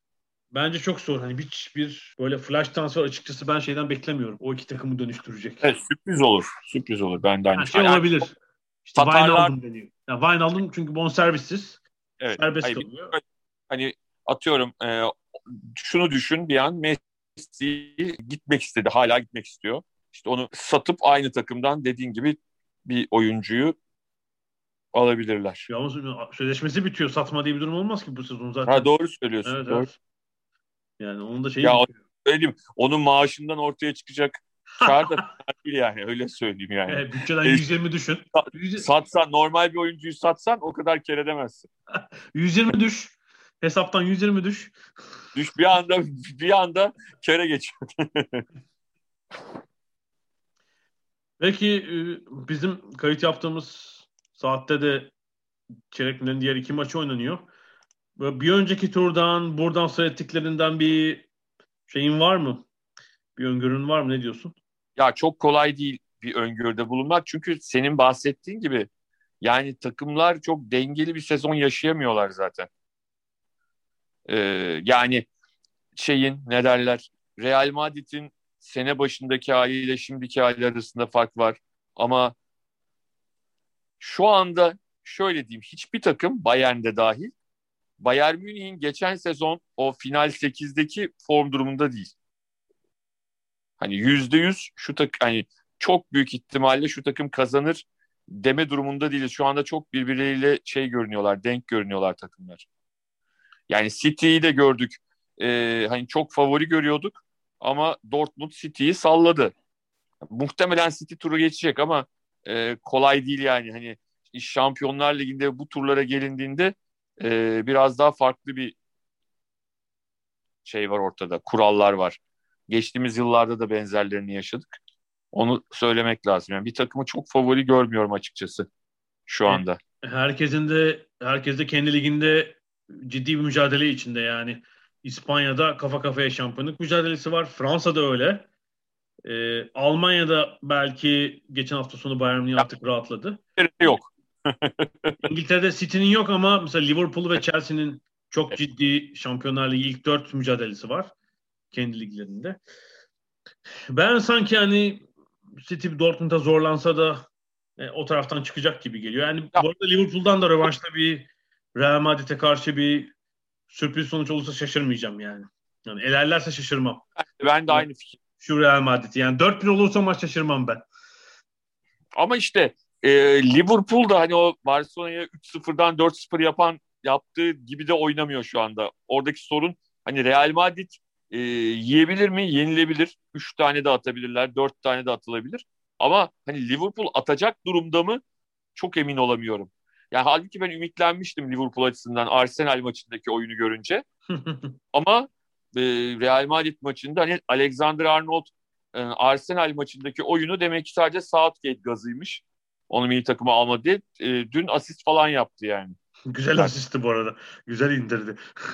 bence çok zor. Hani bir, bir böyle flash transfer açıkçası ben şeyden beklemiyorum. O iki takımı dönüştürecek. evet, sürpriz olur. Sürpriz olur. Ben de aynı Yani şey hani, olabilir. İşte Tatarlar Wijnaldum deniyor. Yani Wijnaldum çünkü bonservissiz. evet. Serbest Hayır, kalıyor. hani atıyorum e, şunu düşün bir an Messi gitmek istedi. Hala gitmek istiyor. İşte onu satıp aynı takımdan dediğin gibi bir oyuncuyu alabilirler. Ya ama sözleşmesi bitiyor. Satma diye bir durum olmaz ki bu sezon Ha, zaten. doğru söylüyorsun. Evet Doğru. evet. Yani onun da şeyi Ya bitiyor. söyleyeyim onun maaşından ortaya çıkacak kar da değil yani öyle söyleyeyim yani. Evet, bütçeden E, yüz yirmi düşün. yüz, satsan normal bir oyuncuyu satsan o kadar kar edemezsin. yüz yirmi düş. Hesaptan yüz yirmi düş. Düş bir anda bir anda kâra geçiyor. Peki e, bizim kayıt yaptığımız saatte de çeyrek finalin diğer iki maçı oynanıyor. Böyle bir önceki turdan buradan seyrettiklerinden bir şeyin var mı? Bir öngörün var mı? Ne diyorsun? Ya çok kolay değil bir öngörüde bulunmak çünkü senin bahsettiğin gibi yani takımlar çok dengeli bir sezon yaşayamıyorlar zaten. Ee, yani şeyin ne derler Real Madrid'in sene başındaki haliyle şimdiki hali arasında fark var. Ama şu anda şöyle diyeyim, hiçbir takım, Bayern'de dahil, Bayern Münih'in geçen sezon o final sekizdeki form durumunda değil. Hani yüzde yüz şu takım, hani çok büyük ihtimalle şu takım kazanır deme durumunda değiliz. Şu anda çok birbirleriyle şey görünüyorlar, denk görünüyorlar takımlar. Yani City'yi de gördük. Ee, hani çok favori görüyorduk ama Dortmund City'yi salladı. Muhtemelen City turu geçecek ama e, kolay değil yani. Hani Şampiyonlar Ligi'nde bu turlara gelindiğinde e, biraz daha farklı bir şey var ortada. Kurallar var. Geçtiğimiz yıllarda da benzerlerini yaşadık. Onu söylemek lazım. Yani bir takımı çok favori görmüyorum açıkçası şu anda. Herkesin de herkes de kendi liginde ciddi bir mücadele içinde yani. İspanya'da kafa kafaya şampiyonluk mücadelesi var. Fransa'da öyle. Ee, Almanya'da belki geçen hafta sonu Bayern Münih artık rahatladı. Yok. İngiltere'de City'nin yok ama mesela Liverpool ve Chelsea'nin çok ciddi Şampiyonlar Ligi ilk dört mücadelesi var. Kendi liglerinde. Ben sanki hani City Dortmund'a zorlansa da e, o taraftan çıkacak gibi geliyor. Yani ya, bu arada Liverpool'dan da rövanşta bir Real Madrid'e karşı bir sürpriz sonuç olursa şaşırmayacağım yani. Yani elerlerse şaşırmam. Ben de aynı fikir. Şu Real Madrid yani dört bir olursa maç şaşırmam ben. Ama işte e, Liverpool da hani o Barcelona'ya üç sıfırdan dört sıfır yapan yaptığı gibi de oynamıyor şu anda. Oradaki sorun hani Real Madrid e, yiyebilir mi? Yenilebilir. üç tane de atabilirler. dört tane de atılabilir. Ama hani Liverpool atacak durumda mı? Çok emin olamıyorum. Yani halbuki ben ümitlenmiştim Liverpool açısından Arsenal maçındaki oyunu görünce. Ama e, Real Madrid maçında hani Alexander-Arnold e, Arsenal maçındaki oyunu demek ki sadece Southgate gazıymış. Onu milli takıma almadı diye. E, dün asist falan yaptı yani. Güzel asisti bu arada. Güzel indirdi.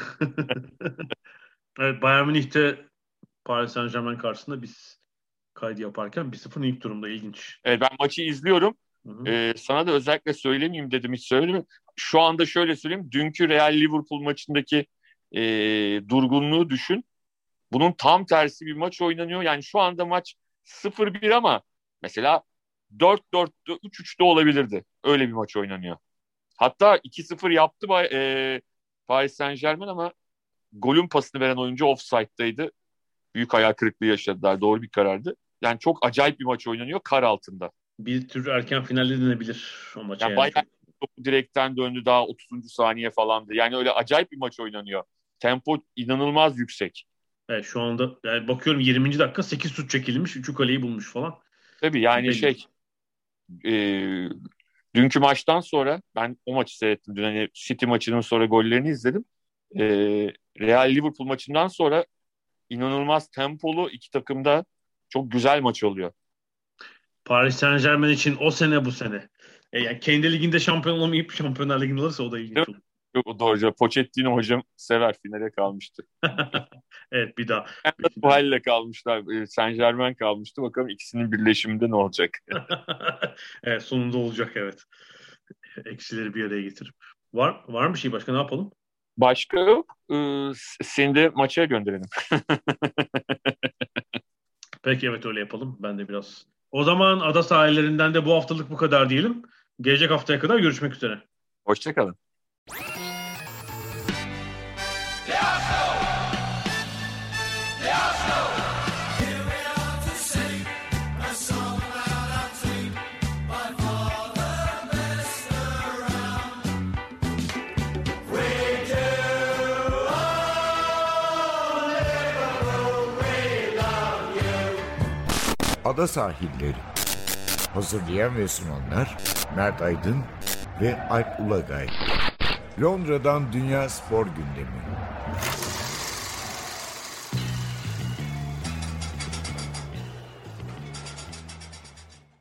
Evet, Bayern Münih'te Paris Saint-Germain karşısında biz kaydı yaparken bir sıfır ilk durumda, ilginç. Evet, ben maçı izliyorum. Ee, sana da özellikle söylemeyeyim dedim, hiç söylemedim. Şu anda şöyle söyleyeyim. Dünkü Real Liverpool maçındaki e, durgunluğu düşün. Bunun tam tersi bir maç oynanıyor. Yani şu anda maç sıfır bir ama mesela dört dörtte üç üçte olabilirdi. Öyle bir maç oynanıyor. Hatta iki sıfır yaptı e, Paris Saint-Germain ama golün pasını veren oyuncu offside'daydı. Büyük hayal kırıklığı yaşadılar. Doğru bir karardı. Yani çok acayip bir maç oynanıyor kar altında. Bir tür erken finalde denebilir o maça. Yani yani. Bayağı topu direkten döndü, daha otuzuncu saniye falandı. Yani öyle acayip bir maç oynanıyor. Tempo inanılmaz yüksek. Evet, şu anda yani bakıyorum yirminci dakika sekiz şut çekilmiş. üçü kaleyi bulmuş falan. Tabii yani Belli. şey e, dünkü maçtan sonra ben o maçı seyrettim. Dün hani City maçının sonra gollerini izledim. E, Real Liverpool maçından sonra inanılmaz tempolu iki takımda çok güzel maç oluyor. Paris Saint-Germain için o sene bu sene. E yani kendi liginde şampiyon olamayıp Şampiyonlar Ligi'nde olursa o da ilginç olur. Çok doğru. Pochettino hocam sever, finale kalmıştı. Evet, bir daha. Bu halle kalmışlar. Saint-Germain kalmıştı. Bakalım ikisinin birleşiminde ne olacak? Evet, sonunda olacak, evet. Eksileri bir araya getirip. Var var mı şey, başka ne yapalım? Başka yok. Ee, seni de maça gönderelim. Peki, evet, öyle yapalım. Ben de biraz. O zaman ada sahillerinden de bu haftalık bu kadar diyelim. Gelecek haftaya kadar görüşmek üzere. Hoşçakalın. Ada sahilleri. Hazırlayan ve sunanlar Mert Aydın ve Alp Ulagay. Londra'dan Dünya Spor Gündemi.